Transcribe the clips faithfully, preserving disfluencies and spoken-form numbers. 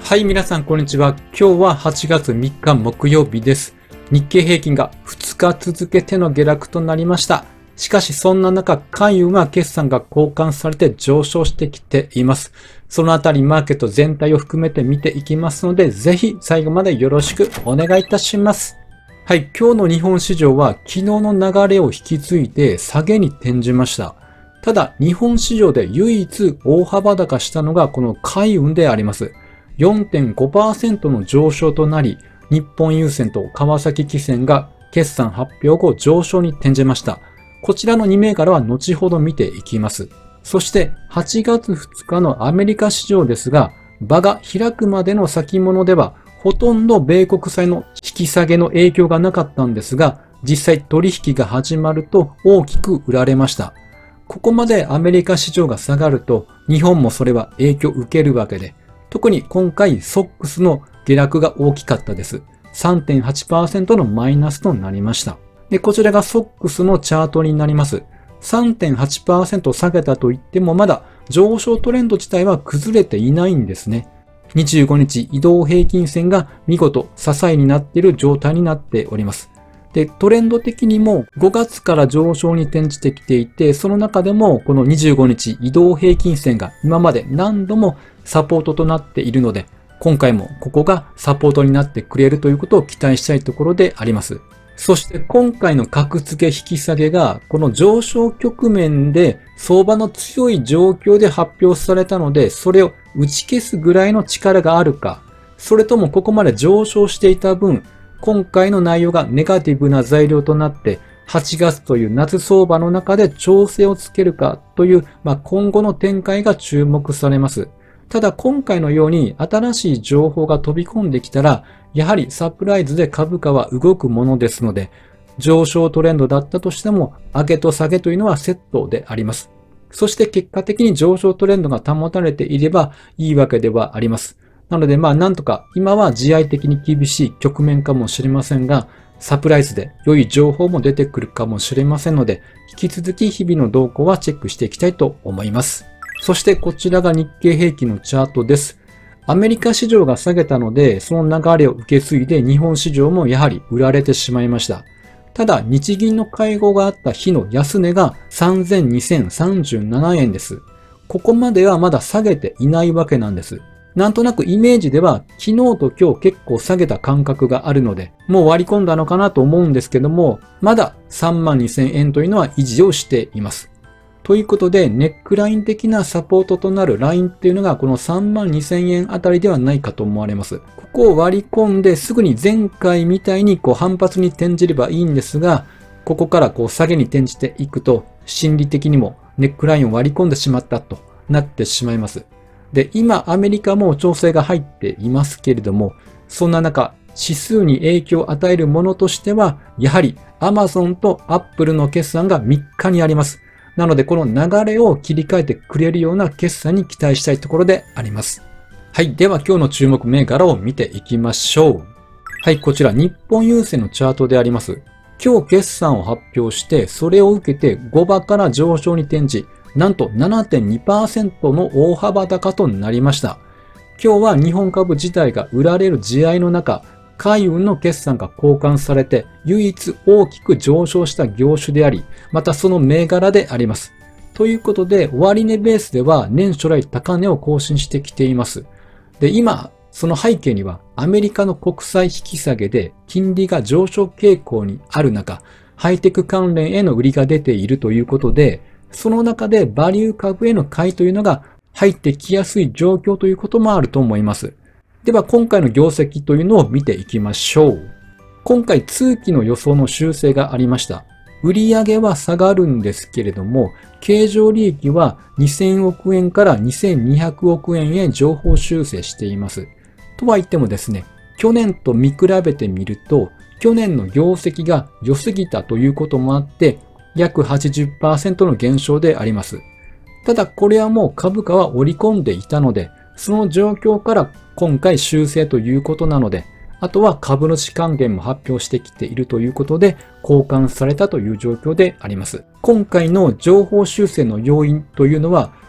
はい、皆さん、こんにちは。今日ははちがつみっか木曜日です。日経平均がふつか続けての下落となりました。しかし、そんな中、海運は決算が交換されて上昇してきています。そのあたり、マーケット全体を含めて見ていきますので、ぜひ最後までよろしくお願いいたします。はい、今日の日本市場は昨日の流れを引き継いで下げに転じました。ただ、日本市場で唯一大幅高したのがこの海運であります。よんてんごパーセント の上昇となり、日本郵船と川崎汽船が決算発表後上昇に転じました。こちらのに銘柄は後ほど見ていきます。そしてはちがつふつかのアメリカ市場ですが、場が開くまでの先物ではほとんど米国債の引き下げの影響がなかったんですが、実際取引が始まると大きく売られました。ここまでアメリカ市場が下がると、日本もそれは影響を受けるわけで、特に今回 ソックス の下落が大きかったです。さんてんはちパーセント のマイナスとなりました。で、こちらが ソックス のチャートになります。さんてんはちパーセント 下げたといってもまだ上昇トレンド自体は崩れていないんですね。にじゅうごにち移動平均線が見事支えになっている状態になっております。で、トレンド的にもごがつから上昇に転じてきていて、その中でもこのにじゅうごにち移動平均線が今まで何度もサポートとなっているので、今回もここがサポートになってくれるということを期待したいところであります。そして今回の格付け引き下げがこの上昇局面で相場の強い状況で発表されたので、それを打ち消すぐらいの力があるか、それともここまで上昇していた分、今回の内容がネガティブな材料となってはちがつという夏相場の中で調整をつけるかという、まあ、今後の展開が注目されます。ただ今回のように新しい情報が飛び込んできたら、やはりサプライズで株価は動くものですので、上昇トレンドだったとしても上げと下げというのはセットであります。そして結果的に上昇トレンドが保たれていればいいわけではあります。なのでまあなんとか今は自愛的に厳しい局面かもしれませんが、サプライズで良い情報も出てくるかもしれませんので、引き続き日々の動向はチェックしていきたいと思います。そしてこちらが日経平均のチャートです。アメリカ市場が下げたので、その流れを受け継いで日本市場もやはり売られてしまいました。ただ日銀の会合があった日の安値がさんぜんにせんさんじゅうななえんです。ここまではまだ下げていないわけなんです。なんとなくイメージでは昨日と今日結構下げた感覚があるので、もう割り込んだのかなと思うんですけども、まださんまんにせんえんというのは維持をしています。ということで、ネックライン的なサポートとなるラインっていうのがこのさんまんにせんえんあたりではないかと思われます。ここを割り込んですぐに前回みたいにこう反発に転じればいいんですが、ここからこう下げに転じていくと心理的にもネックラインを割り込んでしまったとなってしまいます。で、今アメリカも調整が入っていますけれども、そんな中指数に影響を与えるものとしては、やはり Amazon と Apple の決算がみっかにあります。なのでこの流れを切り替えてくれるような決算に期待したいところであります。はい。では今日の注目銘柄を見ていきましょう。はい。こちら日本郵船のチャートであります。今日決算を発表して、それを受けてごばから上昇に転じ、なんと ななてんにパーセント の大幅高となりました。今日は日本株自体が売られる地合いの中、海運の決算が交換されて唯一大きく上昇した業種であり、またその銘柄であります。ということで、終値ベースでは年初来高値を更新してきています。で、今、その背景にはアメリカの国債引き下げで金利が上昇傾向にある中、ハイテク関連への売りが出ているということで、その中でバリュー株への買いというのが入ってきやすい状況ということもあると思います。では今回の業績というのを見ていきましょう。今回通期の予想の修正がありました。売上は下がるんですけれども、経常利益はにせんおくえんからにせんにひゃくおくえんへ上方修正しています。とは言ってもですね、去年と見比べてみると、去年の業績が良すぎたということもあって、約 はちじゅっパーセント の減少であります。ただこれはもう株価は織り込んでいたので、その状況から今回修正ということなので、あとは株主還元も発表してきているということで交換されたという状況であります。今回の情報修正の要因というのは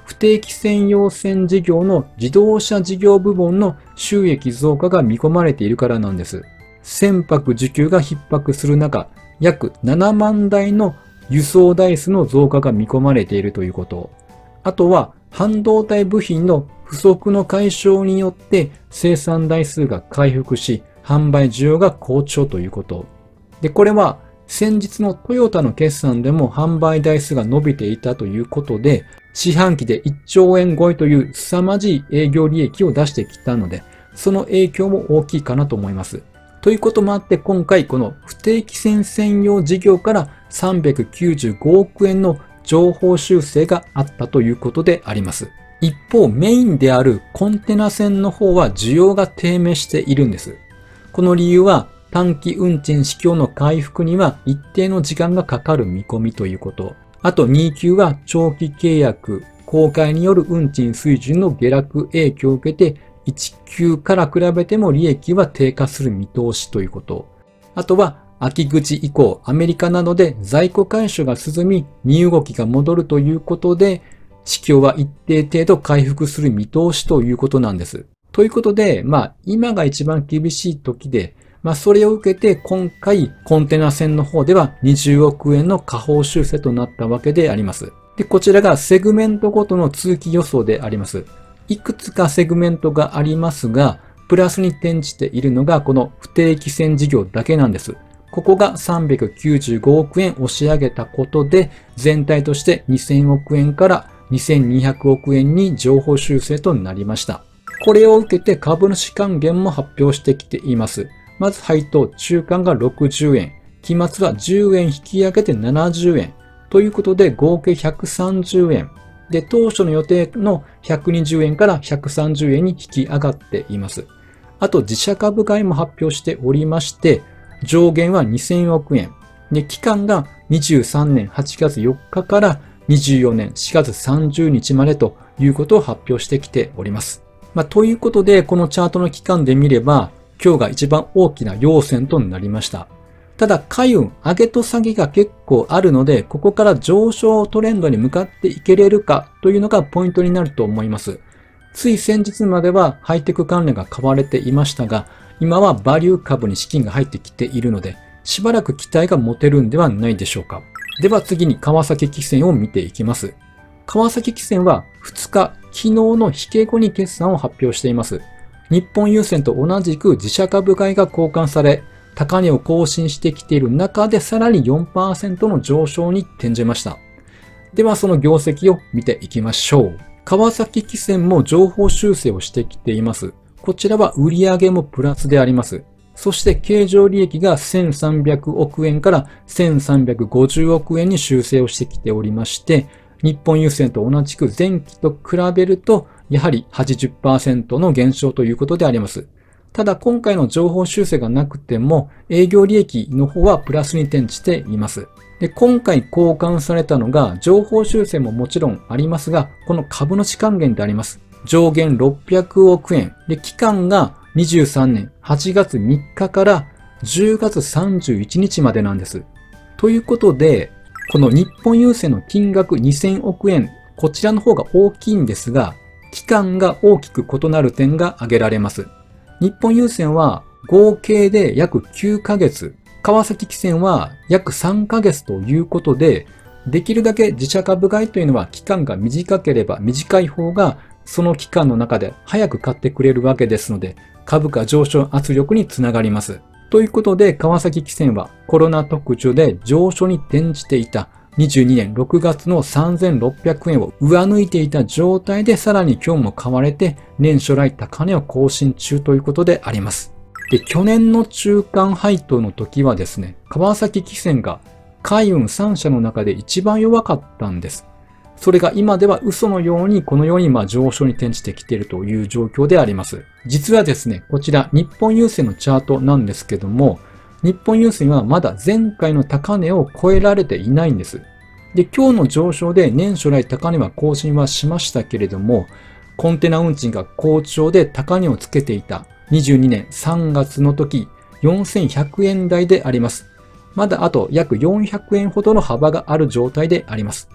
不定期専用線事業の自動車事業部門の収益増加が見込まれているからなんです。船舶需給が逼迫する中、約ななまんだいの輸送台数の増加が見込まれているということ。あとは半導体部品の不足の解消によって生産台数が回復し、販売需要が好調ということ。で、これは先日のトヨタの決算でも販売台数が伸びていたということで、四半期でいっちょうえん超えという凄まじい営業利益を出してきたので、その影響も大きいかなと思います。ということもあって今回この不定期船専用事業からさんびゃくきゅうじゅうごおくえんの上方修正があったということであります。一方メインであるコンテナ船の方は需要が低迷しているんです。この理由は短期運賃市況の回復には一定の時間がかかる見込みということ。あとにきゅうは長期契約、公開による運賃水準の下落影響を受けていちきゅうから比べても利益は低下する見通しということ。あとは秋口以降アメリカなどで在庫回収が進み荷動きが戻るということで市況は一定程度回復する見通しということなんです。ということで、まあ今が一番厳しい時で、まあそれを受けて今回コンテナ船の方ではにじゅうおくえんの下方修正となったわけであります。で、こちらがセグメントごとの通期予想であります。いくつかセグメントがありますが、プラスに転じているのがこの不定期船事業だけなんです。ここがさんびゃくきゅうじゅうごおくえん押し上げたことで、全体としてにせんおくえんからにせんにひゃくおくえんに上方修正となりました。これを受けて株主還元も発表してきています。まず配当、中間がろくじゅうえん、期末はじゅうえん引き上げてななじゅうえんということで合計ひゃくさんじゅうえん。で、当初の予定のひゃくにじゅうえんからひゃくさんじゅうえんに引き上がっています。あと自社株買いも発表しておりまして、上限はにせんおくえん。で、期間がにじゅうさんねんはちがつよっかからにじゅうよねんしがつさんじゅうにちまでということを発表してきております。まあ、ということで、このチャートの期間で見れば、今日が一番大きな陽線となりました。ただ、海運、上げと下げが結構あるので、ここから上昇トレンドに向かっていけれるかというのがポイントになると思います。つい先日まではハイテク関連が買われていましたが、今はバリュー株に資金が入ってきているので、しばらく期待が持てるんではないでしょうか。では次に川崎汽船を見ていきます。川崎汽船はふつか、昨日の引け後に決算を発表しています。日本郵船と同じく自社株買いが交換され、高値を更新してきている中でさらに よんパーセント の上昇に転じました。ではその業績を見ていきましょう。川崎汽船も上方修正をしてきています。こちらは売上もプラスであります。そして経常利益がせんさんびゃくおくえんからせんさんびゃくごじゅうおくえんに修正をしてきておりまして、日本郵船と同じく前期と比べるとやはり はちじゅっパーセント の減少ということであります。ただ今回の上方修正がなくても営業利益の方はプラスに転じています。で、今回交換されたのが上方修正ももちろんありますが、この株主還元であります。上限ろっぴゃくおくえんで期間がにじゅうさんねんはちがつみっかからじゅうがつさんじゅういちにちまでなんです。ということで、この日本郵船の金額にせんおくえん、こちらの方が大きいんですが、期間が大きく異なる点が挙げられます。日本郵船は合計で約きゅうかげつ、川崎汽船は約さんかげつということで、できるだけ自社株買いというのは期間が短ければ短い方がその期間の中で早く買ってくれるわけですので、株価上昇圧力につながります。ということで、川崎汽船はコロナ特需で上昇に転じていたにじゅうにねんろくがつのさんぜんろっぴゃくえんを上抜いていた状態でさらに今日も買われて年初来高値を更新中ということであります。で、去年の中間配当の時はですね、川崎汽船が海運さんしゃの中で一番弱かったんです。それが今では嘘のようにこのようにまあ上昇に転じてきているという状況であります。実はですね、こちら日本郵船のチャートなんですけども、日本郵船はまだ前回の高値を超えられていないんです。で、今日の上昇で年初来高値は更新はしましたけれども、コンテナ運賃が好調で高値をつけていたにじゅうにねんさんがつの時よんせんひゃくえん台であります。まだあと約よんひゃくえんほどの幅がある状態であります。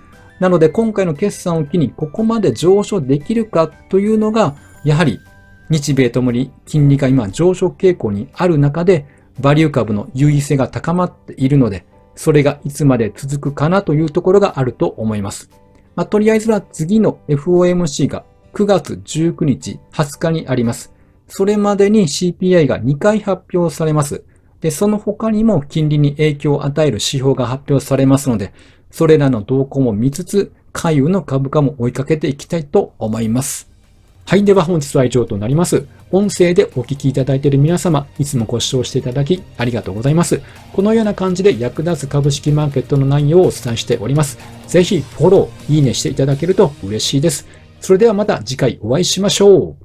なので今回の決算を機にここまで上昇できるかというのが、やはり日米ともに金利が今上昇傾向にある中で、バリュー株の優位性が高まっているので、それがいつまで続くかなというところがあると思います。まあ、とりあえずは次の エフオーエムシー がくがつじゅうくにち、はつかにあります。それまでに シーピーアイ がにかい発表されます。で、その他にも金利に影響を与える指標が発表されますので、それらの動向も見つつ、海運の株価も追いかけていきたいと思います。はい。では本日は以上となります。音声でお聞きいただいている皆様、いつもご視聴していただきありがとうございます。このような感じで役立つ株式マーケットの内容をお伝えしております。ぜひフォロー、いいねしていただけると嬉しいです。それではまた次回お会いしましょう。